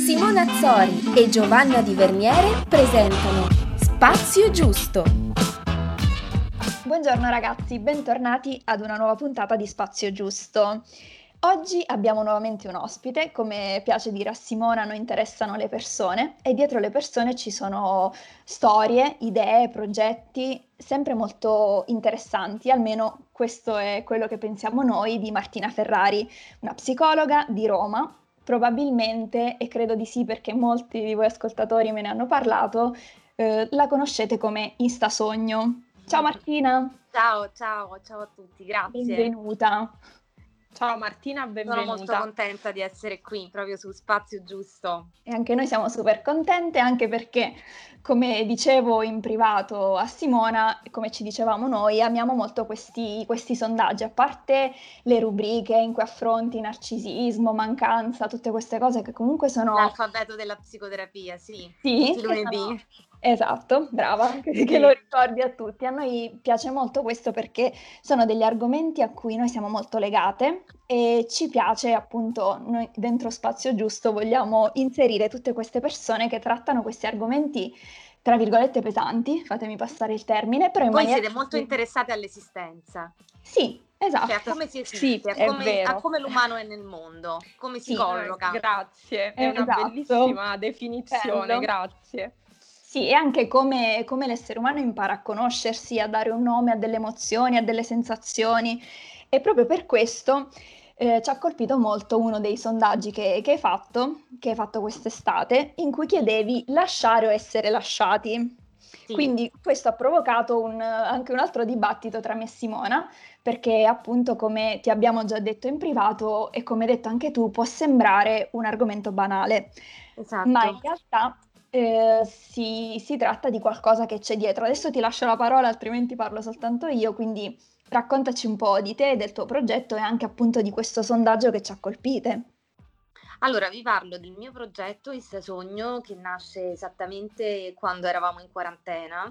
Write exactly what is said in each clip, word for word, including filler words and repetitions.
Simona Azzori e Giovanna Di Verniere presentano Spazio Giusto. Buongiorno ragazzi, bentornati ad una nuova puntata di Spazio Giusto. Oggi abbiamo nuovamente un ospite, come piace dire a Simona, noi interessano le persone e dietro le persone ci sono storie, idee, progetti sempre molto interessanti, almeno questo è quello che pensiamo noi di Martina Ferrari, una psicologa di Roma. Probabilmente, e credo di sì perché molti di voi ascoltatori me ne hanno parlato, eh, la conoscete come Instasogno. Ciao Martina, Ciao, ciao, ciao a tutti, grazie. benvenuta. Ciao Martina, Sono benvenuta. molto contenta di essere qui, proprio su Spazio Giusto. E anche noi siamo super contente, anche perché, come dicevo in privato a Simona, come ci dicevamo noi, amiamo molto questi, questi sondaggi, a parte le rubriche in cui affronti narcisismo, mancanza, tutte queste cose che comunque sono... L'alfabeto della psicoterapia, sì, Sì, tutti i lunedì. sono- esatto, brava, che, che lo ricordi a tutti. A noi piace molto questo perché sono degli argomenti a cui noi siamo molto legate e ci piace appunto, noi dentro Spazio Giusto vogliamo inserire tutte queste persone che trattano questi argomenti, tra virgolette, pesanti, fatemi passare il termine, però in Voi maniera... siete molto interessati all'esistenza, Sì, cioè a esatto. come si Sì, esiste, a è come, a vero. come l'umano è nel mondo, come si Sì. colloca. Grazie, è una Esatto. bellissima definizione, Bello. grazie. Sì, e anche come, come l'essere umano impara a conoscersi, a dare un nome a delle emozioni, a delle sensazioni. E proprio per questo eh, ci ha colpito molto uno dei sondaggi che, che hai fatto, che hai fatto quest'estate, in cui chiedevi lasciare o essere lasciati. Sì. Quindi questo ha provocato un- anche un altro dibattito tra me e Simona, perché appunto, come ti abbiamo già detto in privato e come hai detto anche tu, può sembrare un argomento banale, Esatto. ma in realtà eh, si, si tratta di qualcosa che c'è dietro. Adesso ti lascio la parola, altrimenti parlo soltanto io, quindi raccontaci un po' di te, del tuo progetto e anche appunto di questo sondaggio che ci ha colpite. Allora, vi parlo del mio progetto Instasogno, che nasce esattamente quando eravamo in quarantena.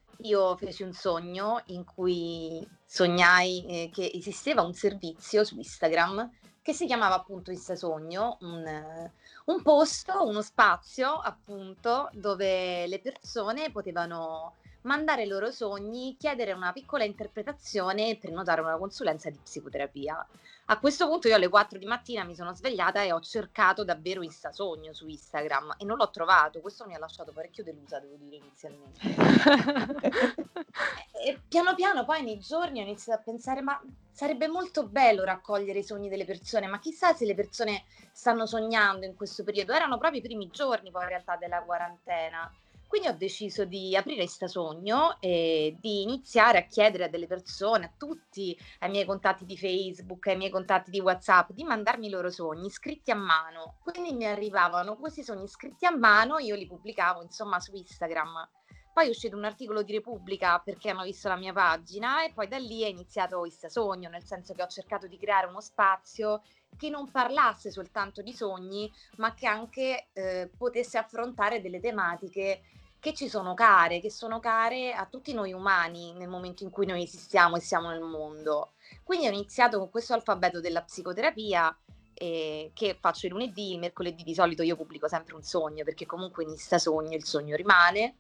Io feci un sogno in cui sognai eh, che esisteva un servizio su Instagram che si chiamava appunto Instasogno, un, eh, un posto, uno spazio appunto dove le persone potevano mandare i loro sogni, chiedere una piccola interpretazione e prenotare una consulenza di psicoterapia. A questo punto io alle quattro di mattina mi sono svegliata e ho cercato davvero Instasogno su Instagram e non l'ho trovato. Questo mi ha lasciato parecchio delusa, devo dire, inizialmente. E piano piano poi nei giorni ho iniziato a pensare, ma sarebbe molto bello raccogliere i sogni delle persone, ma chissà se le persone stanno sognando in questo periodo. Erano proprio i primi giorni poi in realtà della quarantena. Quindi ho deciso di aprire Instasogno e di iniziare a chiedere a delle persone, a tutti, ai miei contatti di Facebook, ai miei contatti di WhatsApp, di mandarmi i loro sogni scritti a mano. Quindi mi arrivavano questi sogni scritti a mano, io li pubblicavo insomma su Instagram. Poi è uscito un articolo di Repubblica perché hanno visto la mia pagina e poi da lì è iniziato Instasogno, nel senso che ho cercato di creare uno spazio che non parlasse soltanto di sogni, ma che anche eh, potesse affrontare delle tematiche che ci sono care, che sono care a tutti noi umani nel momento in cui noi esistiamo e siamo nel mondo. Quindi ho iniziato con questo alfabeto della psicoterapia eh, che faccio il lunedì, il mercoledì di solito io pubblico sempre un sogno perché comunque in Instasogno il sogno rimane.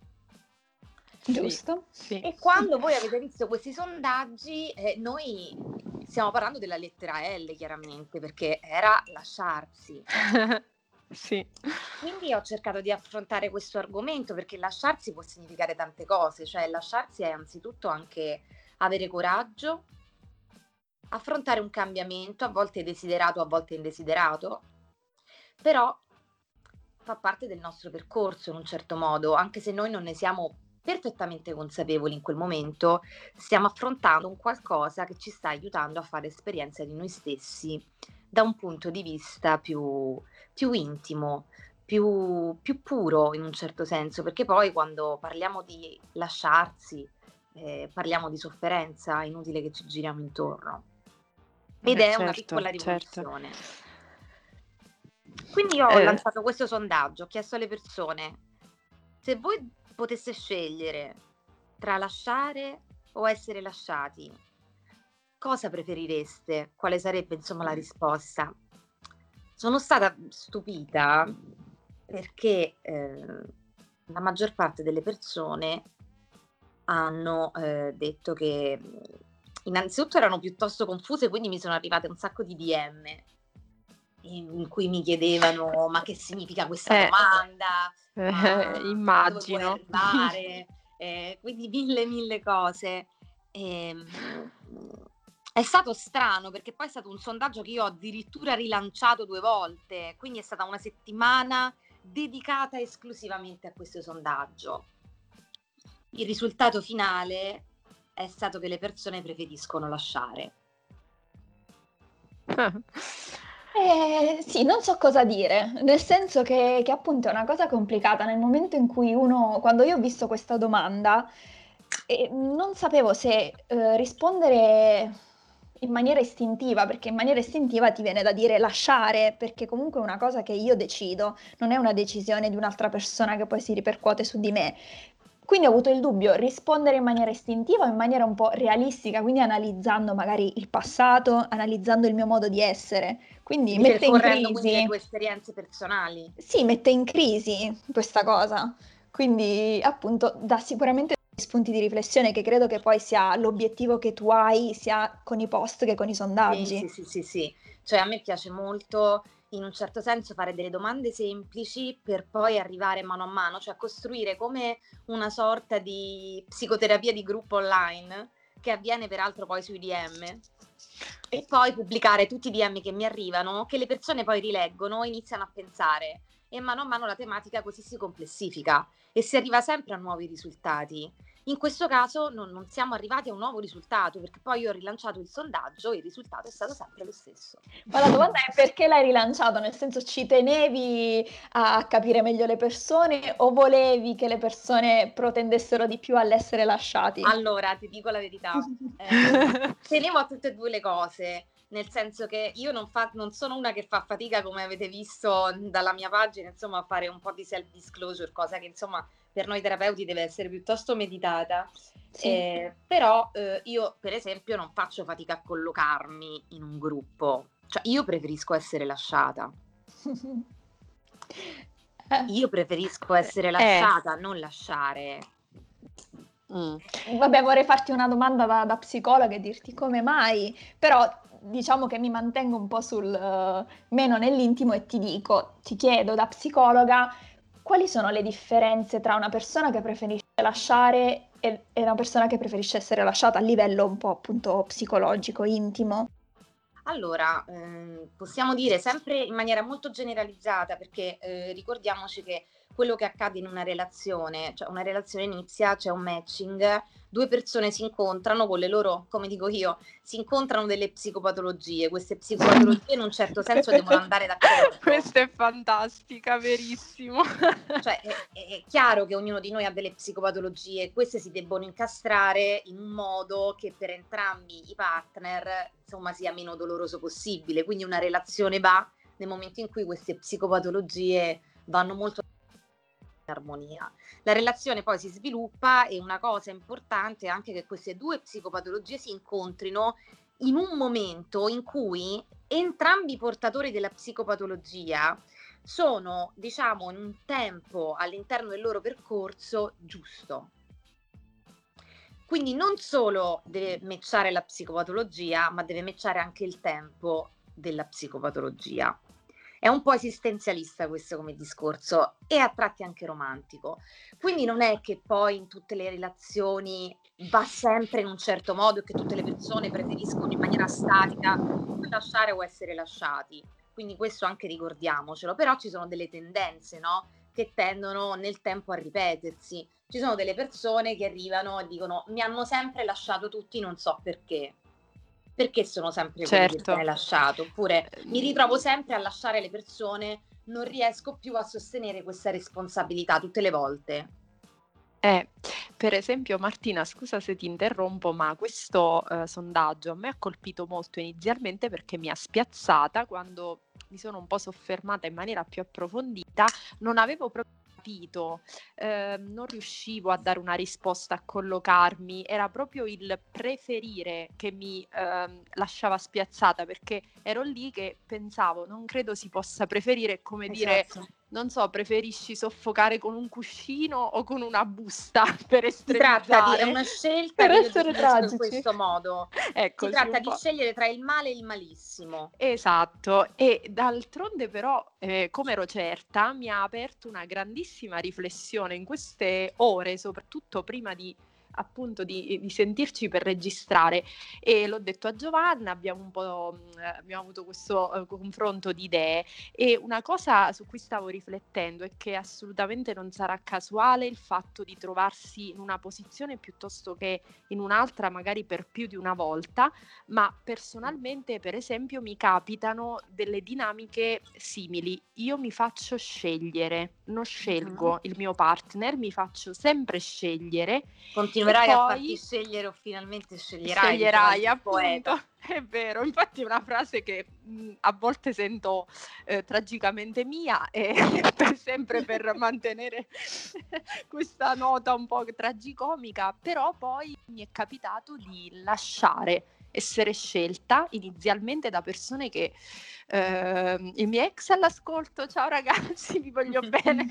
Giusto? Sì. E quando voi avete visto questi sondaggi, eh, noi stiamo parlando della lettera L chiaramente perché era lasciarsi. Sì. Quindi ho cercato di affrontare questo argomento perché lasciarsi può significare tante cose, cioè lasciarsi è anzitutto anche avere coraggio, affrontare un cambiamento, a volte desiderato, a volte indesiderato, però fa parte del nostro percorso in un certo modo, anche se noi non ne siamo perfettamente consapevoli in quel momento, stiamo affrontando un qualcosa che ci sta aiutando a fare esperienza di noi stessi da un punto di vista più, più intimo, più, più puro in un certo senso, perché poi quando parliamo di lasciarsi, eh, parliamo di sofferenza, è inutile che ci giriamo intorno. Ed Beh, è una certo, piccola certo. rivoluzione. Quindi io ho Eh. lanciato questo sondaggio, ho chiesto alle persone se voi poteste scegliere tra lasciare o essere lasciati, cosa preferireste? Quale sarebbe insomma la risposta? Sono stata stupita perché eh, la maggior parte delle persone hanno eh, detto che mh, innanzitutto erano piuttosto confuse, quindi mi sono arrivate un sacco di D M in cui mi chiedevano ma che significa questa Eh, domanda, eh, ma a dove puoi immagino. arrivare, eh, quindi mille mille cose. Ehm, è stato strano perché poi è stato un sondaggio che io ho addirittura rilanciato due volte, quindi è stata una settimana dedicata esclusivamente a questo sondaggio. Il risultato finale è stato che le persone preferiscono lasciare. Eh, sì, non so cosa dire, nel senso che, che appunto è una cosa complicata nel momento in cui uno, quando io ho visto questa domanda, eh, non sapevo se eh, rispondere in maniera istintiva, perché in maniera istintiva ti viene da dire lasciare, perché comunque è una cosa che io decido, non è una decisione di un'altra persona che poi si ripercuote su di me. Quindi ho avuto il dubbio, rispondere in maniera istintiva o in maniera un po' realistica, quindi analizzando magari il passato, analizzando il mio modo di essere. Quindi mette in Ripercorrendo quindi le crisi, tue esperienze personali. sì, mette in crisi questa cosa. Quindi appunto dà sicuramente degli spunti di riflessione che credo che poi sia l'obiettivo che tu hai sia con i post che con i Sì, sondaggi. sì, sì, sì, sì. Cioè a me piace molto in un certo senso fare delle domande semplici per poi arrivare mano a mano, cioè costruire come una sorta di psicoterapia di gruppo online che avviene peraltro poi sui D M e poi pubblicare tutti i D M che mi arrivano, che le persone poi rileggono e iniziano a pensare e mano a mano la tematica così si complessifica e si arriva sempre a nuovi risultati. In questo caso non, non siamo arrivati a un nuovo risultato perché poi io ho rilanciato il sondaggio e il risultato è stato sempre lo stesso. Ma la domanda è perché l'hai rilanciato? Nel senso, ci tenevi a capire meglio le persone o volevi che le persone protendessero di più all'essere lasciati? Allora, ti dico la verità, eh, tenevo a tutte e due le cose, nel senso che io non, fa- non sono una che fa fatica, come avete visto dalla mia pagina, insomma, a fare un po' di self-disclosure, cosa che insomma per noi terapeuti deve essere piuttosto meditata. Sì. Eh, però eh, io, per esempio, non faccio fatica a collocarmi in un gruppo, cioè io preferisco essere lasciata. Eh. Io preferisco essere Eh. lasciata, non lasciare. Mm. Vabbè, vorrei farti una domanda da, da psicologa e dirti come mai, però diciamo che mi mantengo un po' sul eh, meno nell'intimo e ti dico, ti chiedo da psicologa quali sono le differenze tra una persona che preferisce lasciare e, e una persona che preferisce essere lasciata a livello un po' appunto psicologico, intimo. Allora, ehm, possiamo dire sempre in maniera molto generalizzata, perché eh, ricordiamoci che quello che accade in una relazione, cioè una relazione inizia, c'è un matching, due persone si incontrano con le loro, come dico io, si incontrano delle psicopatologie, queste psicopatologie in un certo senso devono andare d'accordo. Questa è fantastica, verissimo. Cioè è, è chiaro che ognuno di noi ha delle psicopatologie, queste si debbono incastrare in un modo che per entrambi i partner insomma sia meno doloroso possibile, quindi una relazione va nel momento in cui queste psicopatologie vanno molto in armonia. La relazione poi si sviluppa e una cosa importante è anche che queste due psicopatologie si incontrino in un momento in cui entrambi i portatori della psicopatologia sono, diciamo, in un tempo all'interno del loro percorso giusto. Quindi non solo deve matchare la psicopatologia, ma deve matchare anche il tempo della psicopatologia. È un po' esistenzialista questo come discorso e a tratti anche romantico. Quindi non è che poi in tutte le relazioni va sempre in un certo modo e che tutte le persone preferiscono in maniera statica lasciare o essere lasciati. Quindi questo anche ricordiamocelo, però ci sono delle tendenze, no? Che tendono nel tempo a ripetersi. Ci sono delle persone che arrivano e dicono mi hanno sempre lasciato tutti, non so perché. Perché sono sempre quelli che Certo. viene lasciato? Oppure mi ritrovo sempre a lasciare le persone, non riesco più a sostenere questa responsabilità tutte le volte. Eh, per esempio, Martina, scusa se ti interrompo, ma questo eh, sondaggio a me ha colpito molto inizialmente perché mi ha spiazzata quando mi sono un po' soffermata in maniera più approfondita, non avevo proprio capito, eh, non riuscivo a dare una risposta, a collocarmi, era proprio il preferire che mi ehm, lasciava spiazzata perché ero lì che pensavo, non credo si possa preferire, come dire, Esatto. non so, preferisci soffocare con un cuscino o con una busta per Si tratta di, è estremizzare? una scelta Per che io essere definisco in tragici. questo modo. Ecco, Si sì, tratta un di po'. scegliere tra il male e il malissimo. Esatto, e d'altronde però, eh, come ero certa, mi ha aperto una grandissima riflessione in queste ore, soprattutto prima di appunto di, di sentirci per registrare, e l'ho detto a Giovanna, abbiamo un po' mh, abbiamo avuto questo eh, confronto di idee, e una cosa su cui stavo riflettendo è che assolutamente non sarà casuale il fatto di trovarsi in una posizione piuttosto che in un'altra, magari per più di una volta, ma personalmente, per esempio, mi capitano delle dinamiche simili. Io mi faccio scegliere, non scelgo il mio partner, mi faccio sempre scegliere e Continuerai a farti poi scegliere o finalmente sceglierai, diceva sceglierai, il appunto. poeta. È vero, infatti è una frase che mh, a volte sento eh, tragicamente mia, e per sempre per mantenere questa nota un po' tragicomica, però poi mi è capitato di lasciare essere scelta inizialmente da persone che eh, il mio ex all'ascolto, ciao ragazzi, vi voglio bene,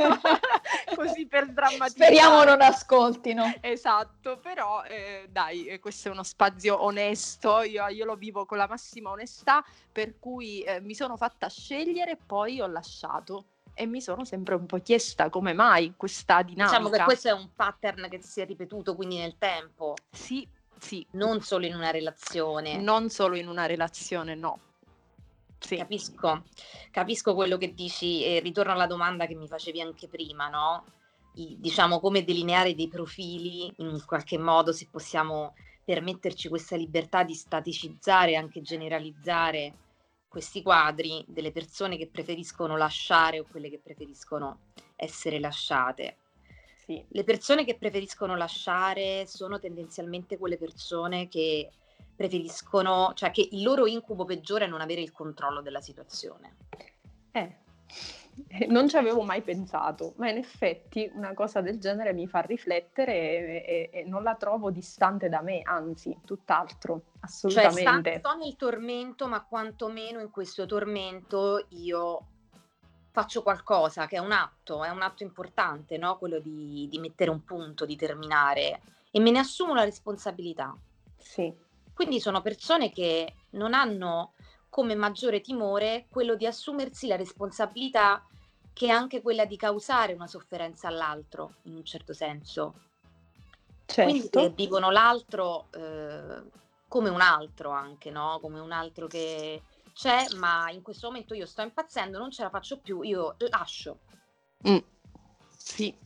così per drammatizzare. Speriamo non ascoltino. Esatto, però eh, dai, eh, questo è uno spazio onesto, io, io lo vivo con la massima onestà, per cui eh, mi sono fatta scegliere e poi ho lasciato. E mi sono sempre un po' chiesta come mai questa dinamica. Diciamo che questo è un pattern che si è ripetuto quindi nel tempo. Sì, sì. Non solo in una relazione. Non solo in una relazione, no. Sì. Capisco, capisco quello che dici e ritorno alla domanda che mi facevi anche prima, no? I, diciamo come delineare dei profili in qualche modo, se possiamo permetterci questa libertà di staticizzare e anche generalizzare questi quadri delle persone che preferiscono lasciare o quelle che preferiscono essere lasciate. Sì. Le persone che preferiscono lasciare sono tendenzialmente quelle persone che preferiscono, cioè che il loro incubo peggiore è non avere il controllo della situazione. Eh, non ci avevo mai pensato, ma in effetti una cosa del genere mi fa riflettere e, e, e non la trovo distante da me, anzi, tutt'altro, assolutamente. Cioè, sta, sto nel tormento, ma quantomeno in questo tormento io faccio qualcosa che è un atto, è un atto importante, no? Quello di, di mettere un punto, di terminare, e me ne assumo la responsabilità. Sì. Quindi sono persone che non hanno come maggiore timore quello di assumersi la responsabilità, che è anche quella di causare una sofferenza all'altro, in un certo senso. Certo. Quindi che vivono l'altro eh, come un altro anche, no? Come un altro che c'è, ma in questo momento io sto impazzendo, non ce la faccio più, io lascio. Mm. Sì.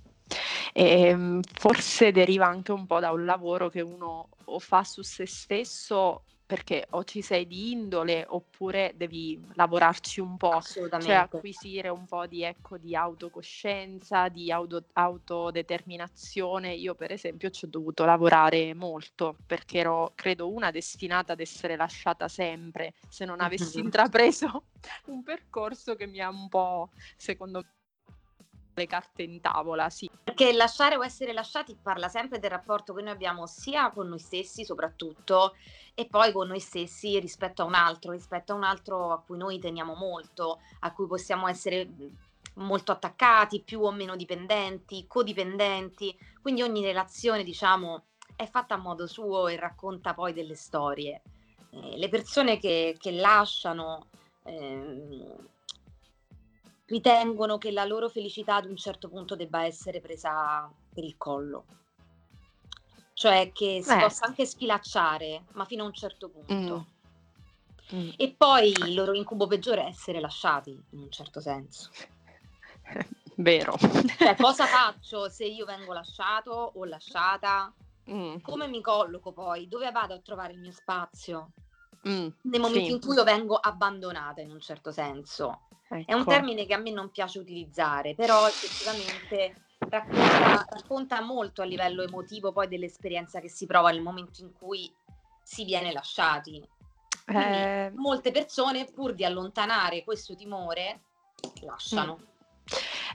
E forse deriva anche un po' da un lavoro che uno o fa su se stesso, perché o ci sei di indole oppure devi lavorarci un po', Assolutamente. cioè acquisire un po' di, ecco, di autocoscienza, di auto, autodeterminazione. Io per esempio ci ho dovuto lavorare molto, perché ero, credo, una destinata ad essere lasciata sempre se non avessi Mm-hmm. intrapreso un percorso che mi ha un po', secondo me, le carte in tavola, sì. Perché lasciare o essere lasciati parla sempre del rapporto che noi abbiamo sia con noi stessi soprattutto, e poi con noi stessi rispetto a un altro, rispetto a un altro a cui noi teniamo molto, a cui possiamo essere molto attaccati, più o meno dipendenti, codipendenti. Quindi ogni relazione, diciamo, è fatta a modo suo e racconta poi delle storie. Eh, le persone che, che lasciano ehm, ritengono che la loro felicità ad un certo punto debba essere presa per il collo, cioè che si Beh. possa anche sfilacciare, ma fino a un certo punto. Mm. Mm. E poi il loro incubo peggiore è essere lasciati, in un certo senso. Vero. Cioè, cosa faccio se io vengo lasciato o lasciata? Mm. Come mi colloco poi? Dove vado a trovare il mio spazio? Mm. Nei momenti Sì. in cui io vengo abbandonata, in un certo senso. Ecco. È un termine che a me non piace utilizzare, però effettivamente racconta, racconta molto a livello emotivo poi dell'esperienza che si prova nel momento in cui si viene lasciati. Quindi Eh... molte persone, pur di allontanare questo timore, lasciano.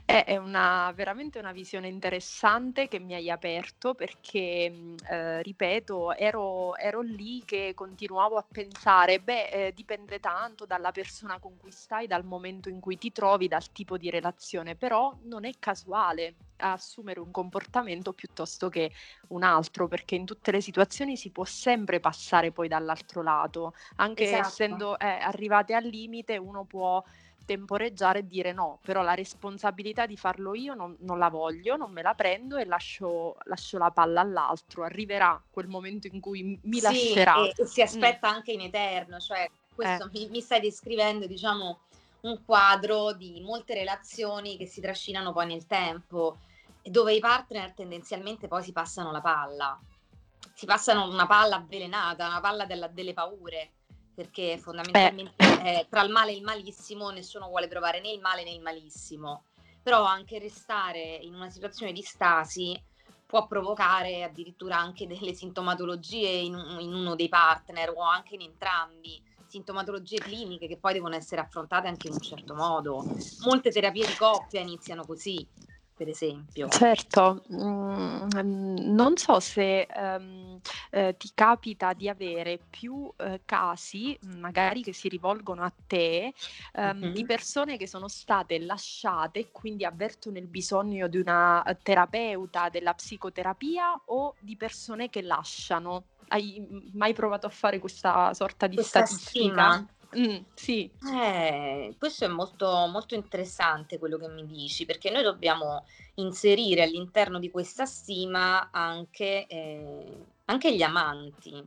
È è una veramente una visione interessante che mi hai aperto perché, mhmm, ehm, ripeto, ero ero lì che continuavo a pensare: "Beh, ehm, dipende tanto dalla persona con cui stai, dal momento in cui ti trovi, dal tipo di relazione", però non è casuale assumere un comportamento piuttosto che un altro, perché in tutte le situazioni si può sempre passare poi dall'altro lato. Anche Esatto. essendo, eh, arrivati al limite uno può temporeggiare e dire: "No, però la responsabilità di farlo io non non la voglio, non me la prendo e lascio lascio la palla all'altro. Arriverà quel momento in cui m mi Sì, lascerà". e e si Mh, aspetta anche in eterno, cioè eh, questo mi mi stai descrivendo, diciamo, un quadro di molte relazioni che si trascinano poi nel tempo e dove i partner tendenzialmente poi si passano la palla. Si passano una palla avvelenata, una palla della delle paure, perché eh. fondamentalmente, ehm, tra il male e il malissimo nessuno vuole provare né il male né il malissimo. Però anche restare in una situazione di stasi può provocare addirittura anche delle sintomatologie in u in uno dei partner o anche in entrambi, sintomatologie cliniche che poi devono essere affrontate anche in un certo modo. Molte terapie di coppia iniziano così, per esempio. Certo, mhmm, ehm, non so se, ehm, ehm, ti capita di avere più, ehm, casi, mhmm, magari che si rivolgono a te, ehm, di Mh-mh. persone che sono state lasciate e quindi avvertono il bisogno di una, ehm, terapeuta, della psicoterapia o di persone che lasciano. Hai, mhmm, mai provato a fare questa sorta di Questa statistica? stima? Mh, sì. Eh, questo è molto molto interessante quello che mi dici, perché noi dobbiamo inserire all'interno di questa stima anche, ehm, anche gli amanti.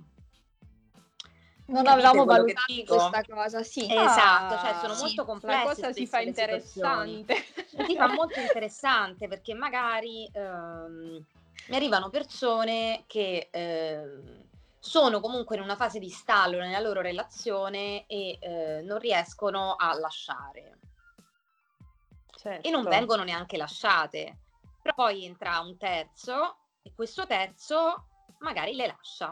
Non Capite avevamo quello che valutato dico? questa cosa, sì. Esatto, cioè sono Ah, Sì. molto la complesse cosa si fa spesso le situazioni. interessante. Si fa molto interessante perché magari, uhm, mi arrivano persone che, ehm, sono comunque in una fase di stallo nella loro relazione e, ehm, non riescono a lasciare e non Certo. vengono neanche lasciate. Però poi entra un terzo e questo terzo magari le lascia.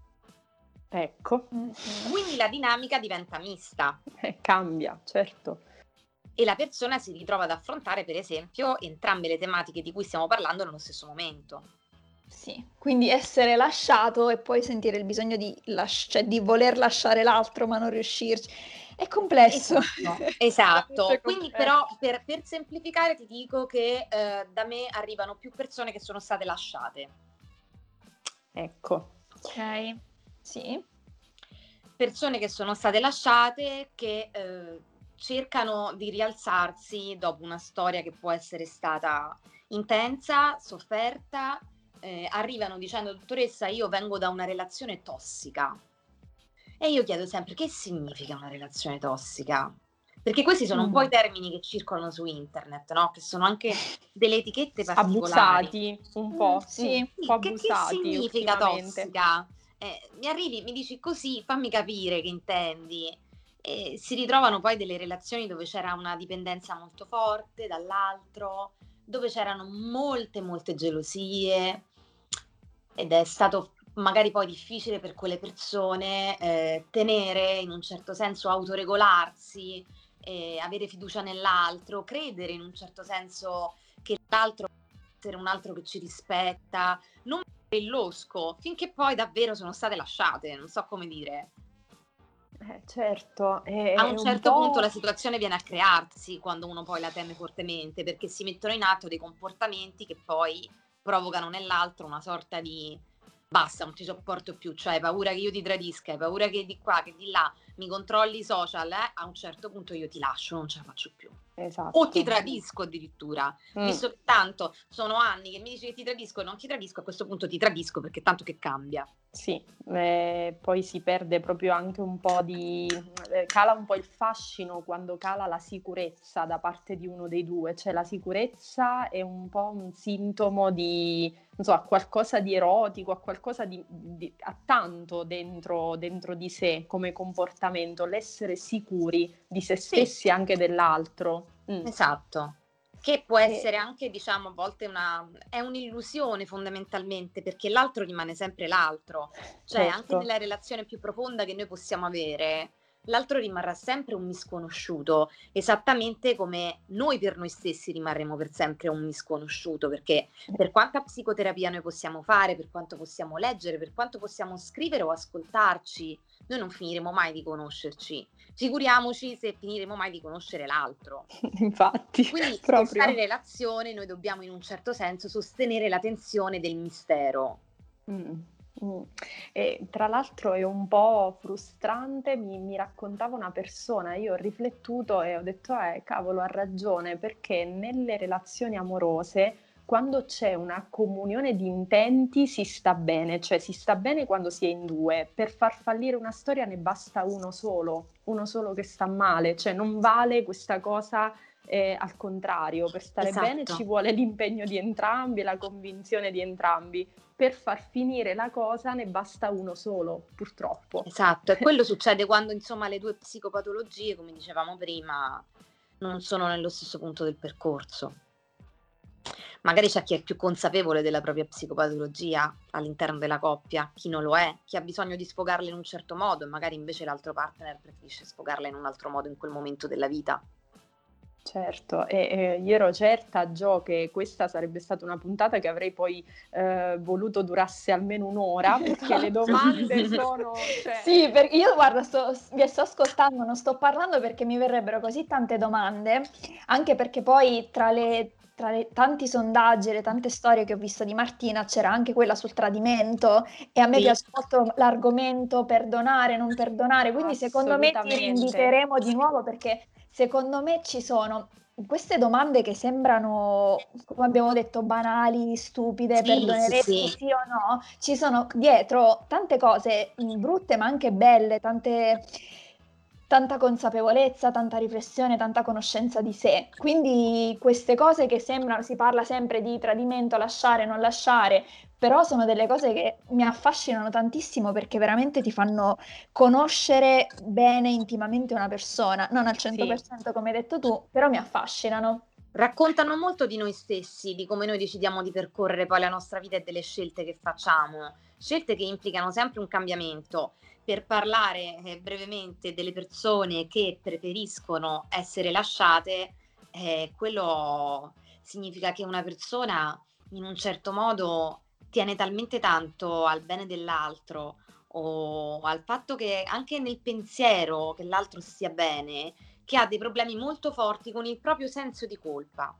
Ecco, Mh-mh. Quindi la dinamica diventa mista. eh, cambia, certo. E la persona si ritrova ad affrontare, per esempio, entrambe le tematiche di cui stiamo parlando nello stesso momento. Sì, quindi essere lasciato e poi sentire il bisogno di lasc cioè di voler lasciare l'altro ma non riuscirci. È complesso. Esatto, Veramente esatto. Quindi però complesso. per per semplificare ti dico che, ehm, da me arrivano più persone che sono state lasciate. Ecco. Okay, sì. Persone che sono state lasciate che, ehm, cercano di rialzarsi dopo una storia che può essere stata intensa, sofferta, ehm, arrivano dicendo: "Dottoressa, io vengo da una relazione tossica". E io chiedo sempre: che significa una relazione tossica? Perché questi sono un po' i Mh. termini che circolano su internet, no, che sono anche delle etichette particolari. Abusati un Mh, po', mh, un sì. po' Sì, che che abusati significa ultimamente. tossica? Eh, mi arrivi, mi dici così, fammi capire che intendi. E si ritrovano poi delle relazioni dove c'era una dipendenza molto forte dall'altro, dove c'erano molte, molte gelosie ed è stato magari poi difficile per quelle persone, ehm, tenere in un certo senso autoregolarsi, ehm, avere fiducia nell'altro, credere in un certo senso che l'altro essere un altro che ci rispetta, non il losco, finché poi davvero sono state lasciate, non so come dire. Eh, certo, A è un è un certo punto la po'. situazione viene a crearsi quando uno poi la teme fortemente, perché si mettono in atto dei comportamenti che poi provocano nell'altro una sorta di basta, non ti sopporto più, cioè hai paura che io ti tradisca, hai paura che di qua, che di là, mi controlli i social, eh, a un certo punto io ti lascio, non ce la faccio più. O ti Esatto. tradisco addirittura, Mh. visto che tanto sono anni che mi dici che ti tradisco e non ti tradisco, a questo punto ti tradisco perché tanto che cambia. Sì, ehm, poi si perde proprio anche un po' di ehm, cala un po' il fascino quando cala la sicurezza da parte di uno dei due, cioè la sicurezza è un po' un sintomo di non so, a qualcosa di erotico, a qualcosa di di ha tanto dentro dentro di sé come comportamento, l'essere sicuri di se Sì. stessi e anche dell'altro. Mh. Esatto. Che può E essere anche, diciamo, a volte una è un'illusione fondamentalmente, perché l'altro rimane sempre l'altro. Cioè, anche certo. nella relazione più profonda che noi possiamo avere, l'altro rimarrà sempre un misconosciuto, esattamente come noi per noi stessi rimarremo per sempre un misconosciuto, perché per quanta psicoterapia noi possiamo fare, per quanto possiamo leggere, per quanto possiamo scrivere o ascoltarci, noi non finiremo mai di conoscerci. Figuriamoci se finiremo mai di conoscere l'altro. Infatti, Quindi per stare in proprio. relazione noi dobbiamo in un certo senso sostenere la tensione del mistero. Mh, mh. E tra l'altro è un po' frustrante, mi mi raccontava una persona, io ho riflettuto e ho detto: "Eh, cavolo, ha ragione", perché nelle relazioni amorose, quando c'è una comunione di intenti si sta bene, cioè si sta bene quando si è in due. Per far fallire una storia ne basta uno solo, uno solo che sta male, cioè non vale questa cosa, ehm, al contrario, per stare bene ci Esatto. vuole l'impegno di entrambi e la convinzione di entrambi. Per far finire la cosa ne basta uno solo, purtroppo. Esatto, e quello succede quando insomma le due psicopatologie, come dicevamo prima, non sono nello stesso punto del percorso. Magari c'è chi è più consapevole della propria psicopatologia all'interno della coppia, chi non lo è, chi ha bisogno di sfogarla in un certo modo e magari invece l'altro partner preferisce sfogarla in un altro modo in quel momento della vita. Certo, e, e io ero certa, Gio, che questa sarebbe stata una puntata che avrei poi eh, voluto durasse almeno un'ora, perché le Esatto. domande sono, cioè, Sì, perché io guarda, sto, vi sto ascoltando, non sto parlando perché mi verrebbero così tante domande, anche perché poi tra le, tra le tanti sondaggi e le tante storie che ho visto di Martina c'era anche quella sul tradimento e a me Sì, piace molto l'argomento perdonare, non perdonare, quindi secondo me ti assolutamente. rinviteremo di nuovo perché secondo me ci sono queste domande che sembrano, come abbiamo detto, banali, stupide, sì, sì, perdoneresti sì. sì o no? Ci sono dietro tante cose mh, brutte ma anche belle, tante, tanta consapevolezza, tanta riflessione, tanta conoscenza di sé. Quindi queste cose che sembrano, si parla sempre di tradimento, lasciare, non lasciare, però sono delle cose che mi affascinano tantissimo perché veramente ti fanno conoscere bene, intimamente una persona, non al Sì, cento per cento come hai detto tu, però mi affascinano. Raccontano molto di noi stessi, di come noi decidiamo di percorrere poi la nostra vita e delle scelte che facciamo, scelte che implicano sempre un cambiamento. Per parlare eh, brevemente delle persone che preferiscono essere lasciate, eh, quello significa che una persona in un certo modo tiene talmente tanto al bene dell'altro o al fatto che anche nel pensiero che l'altro stia bene, che ha dei problemi molto forti con il proprio senso di colpa.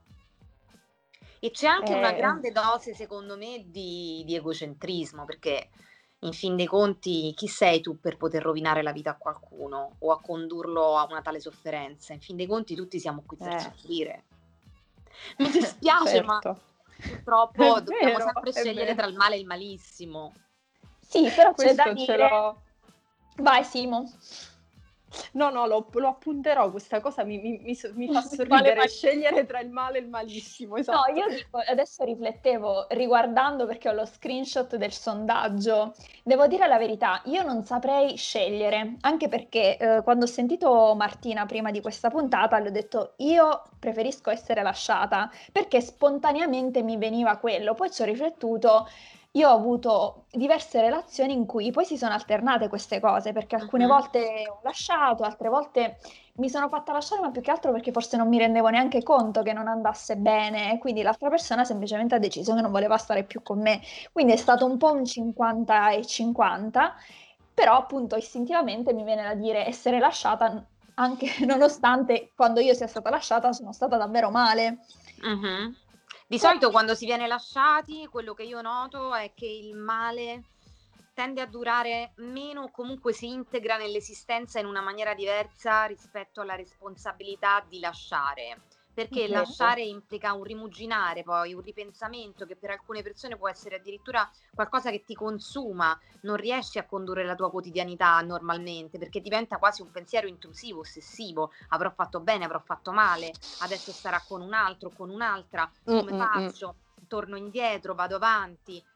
E c'è anche una eh, grande dose, secondo me, di, di egocentrismo, perché in fin dei conti, chi sei tu per poter rovinare la vita a qualcuno o a condurlo a una tale sofferenza? In fin dei conti, tutti siamo qui per eh, soffrire. Mi dispiace, ma certo, è purtroppo dobbiamo vero, sempre è scegliere vero. tra il male e il malissimo. Sì, però c'è da Questo ce dire... l'ho. Vai Simo. No, no, lo, lo appunterò, questa cosa mi, mi- mi so- mi fa Vale sorridere, malissimo. scegliere tra il male e il malissimo, No, esatto. io dico, adesso riflettevo riguardando perché ho lo screenshot del sondaggio. Devo dire la verità, io non saprei scegliere, anche perché eh, quando ho sentito Martina prima di questa puntata, le ho detto io preferisco essere lasciata, perché spontaneamente mi veniva quello. Poi ci ho riflettuto, io ho avuto diverse relazioni in cui poi si sono alternate queste cose, perché alcune Mhm. volte ho lasciato, altre volte mi sono fatta lasciare, ma più che altro perché forse non mi rendevo neanche conto che non andasse bene, e quindi l'altra persona semplicemente ha deciso che non voleva stare più con me. Quindi è stato un po' un cinquanta e cinquanta, però appunto istintivamente mi viene da dire essere lasciata, anche nonostante quando io sia stata lasciata sono stata davvero male. Mhm. Di Però solito quando si viene lasciati, quello che io noto è che il male tende a durare meno o comunque si integra nell'esistenza in una maniera diversa rispetto alla responsabilità di lasciare. Perché ok. lasciare implica un rimuginare, poi un ripensamento che per alcune persone può essere addirittura qualcosa che ti consuma, non riesci a condurre la tua quotidianità normalmente, perché diventa quasi un pensiero intrusivo, ossessivo, avrò fatto bene, avrò fatto male, adesso starà con un altro, con un'altra, Mm, come mm, mm. faccio? Torno indietro, vado avanti.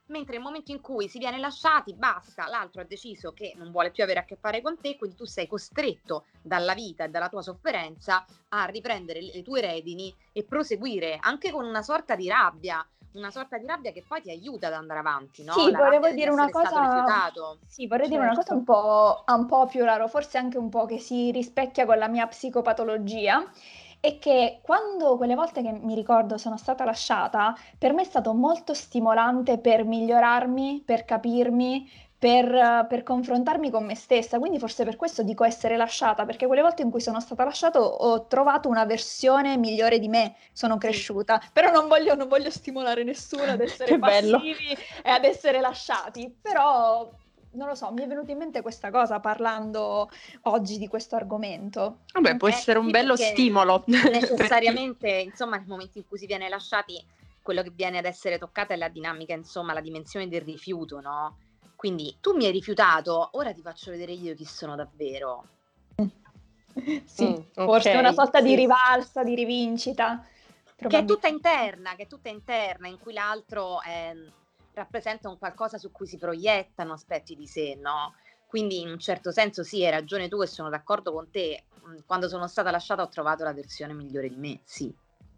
mentre nel momento in cui si viene lasciati, basta, l'altro ha deciso che non vuole più avere a che fare con te, quindi tu sei costretto dalla vita e dalla tua sofferenza a riprendere le tue redini e proseguire anche con una sorta di rabbia, una sorta di rabbia che poi ti aiuta ad andare avanti, no? Sì, La volevo rabbia di dire una essere stato cosa, rifiutato. sì, vorrei dire una cosa Certo. un po', un po' più raro, forse anche un po' che si rispecchia con la mia psicopatologia, è che quando quelle volte che mi ricordo sono stata lasciata, per me è stato molto stimolante per migliorarmi, per capirmi, per, eh, per confrontarmi con me stessa. Quindi forse per questo dico essere lasciata, perché quelle volte in cui sono stata lasciata ho trovato una versione migliore di me, sono Sì. cresciuta. Però non voglio, non voglio stimolare nessuno ad essere Che bello. passivi e ad essere lasciati, però non lo so, mi è venuta in mente questa cosa parlando oggi di questo argomento. Vabbè, può Eh, essere un sì, bello perché stimolo per chi- necessariamente, insomma, nel momento in cui si viene lasciati, quello che viene ad essere toccata è la dinamica, insomma, la dimensione del rifiuto, no? Quindi tu mi hai rifiutato, ora ti faccio vedere io chi sono davvero. Sì, Mm, forse ok, una sorta di sì. rivalsa, di rivincita. Che è tutta probabilmente. interna, che è tutta interna, in cui l'altro ehm, rappresenta un qualcosa su cui si proiettano aspetti di sé, no? Quindi in un certo senso sì, hai ragione tu e sono d'accordo con te. Mm, Quando sono stata lasciata ho trovato la versione migliore di me, sì.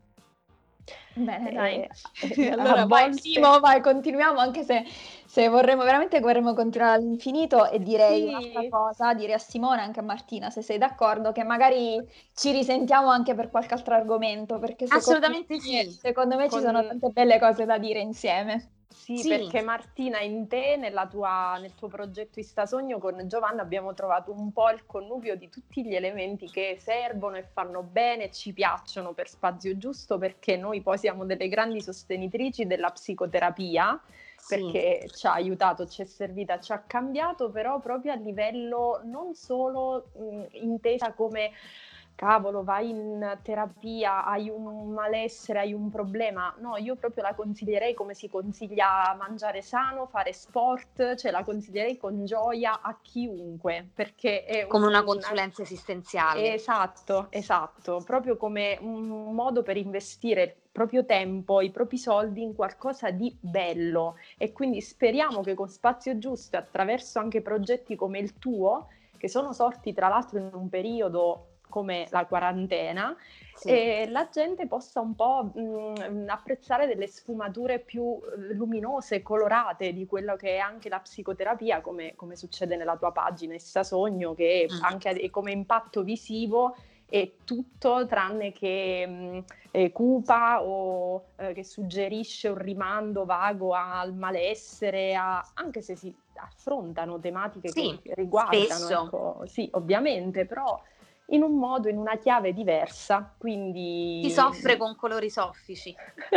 Bene, dai. Eh, a Allora vai, volte- Simo, vai, continuiamo, anche se, se vorremmo veramente vorremmo continuare all'infinito e direi Sì. un'altra cosa, dire a Simone e anche a Martina, se sei d'accordo, che magari ci risentiamo anche per qualche altro argomento, perché secondo Assolutamente me, sì. secondo me ci Con- sono tante belle cose da dire insieme. Sì, Sì. perché Martina, in te, nella tua, nel tuo progetto Istasogno con Giovanna abbiamo trovato un po' il connubio di tutti gli elementi che servono e fanno bene e ci piacciono per Spazio Giusto, perché noi poi siamo delle grandi sostenitrici della psicoterapia, Sì. perché ci ha aiutato, ci è servita, ci ha cambiato, però proprio a livello non solo mh, intesa come cavolo, vai in terapia, hai un malessere, hai un problema. No, io proprio la consiglierei come si consiglia mangiare sano, fare sport, cioè la consiglierei con gioia a chiunque, perché è Come una un- consulenza esistenziale. Esatto, esatto, proprio come un modo per investire il proprio tempo, i propri soldi in qualcosa di bello, e quindi speriamo che con Spazio Giusto e attraverso anche progetti come il tuo, che sono sorti tra l'altro in un periodo come la quarantena, Sì. e la gente possa un po' mh, apprezzare delle sfumature più eh, luminose e colorate di quello che è anche la psicoterapia, come, come succede nella tua pagina Istasogno, che Mm. anche ad- come impatto visivo è tutto tranne che mh, eh, cupa o eh, che suggerisce un rimando vago al malessere, a- anche se si affrontano tematiche Sì, che riguardano, spesso. ecco, sì, ovviamente, però in un modo, in una chiave diversa, quindi... Si soffre con colori soffici.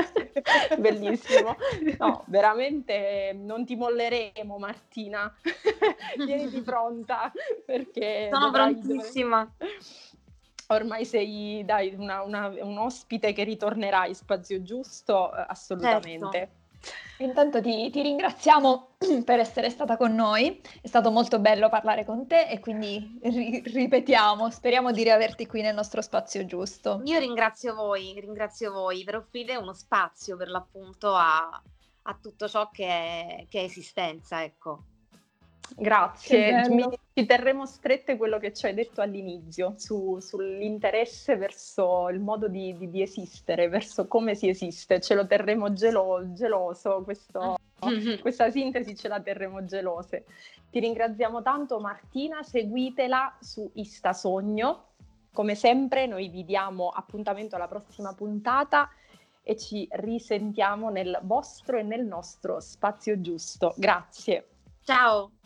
Bellissimo. No, veramente non ti molleremo, Martina. Tieniti pronta, perché Sono dovrai... prontissima. Ormai sei, dai, una- una- un ospite che ritornerà in Spazio Giusto, eh, assolutamente. Intanto ti, ti ringraziamo per essere stata con noi, è stato molto bello parlare con te e quindi ri- ripetiamo, speriamo di riaverti qui nel nostro Spazio Giusto. Io ringrazio voi, ringrazio voi per offrire uno spazio per l'appunto a, a tutto ciò che è, che è esistenza, ecco. Grazie, Che bello. Mi- ci terremo strette quello che ci hai detto all'inizio su- sull'interesse verso il modo di, di- di esistere, verso come si esiste, ce lo terremo gelo- geloso, questo- questa sintesi ce la terremo gelose. Ti ringraziamo tanto Martina, seguitela su Istasogno, come sempre noi vi diamo appuntamento alla prossima puntata e ci risentiamo nel vostro e nel nostro Spazio Giusto. Grazie. Ciao!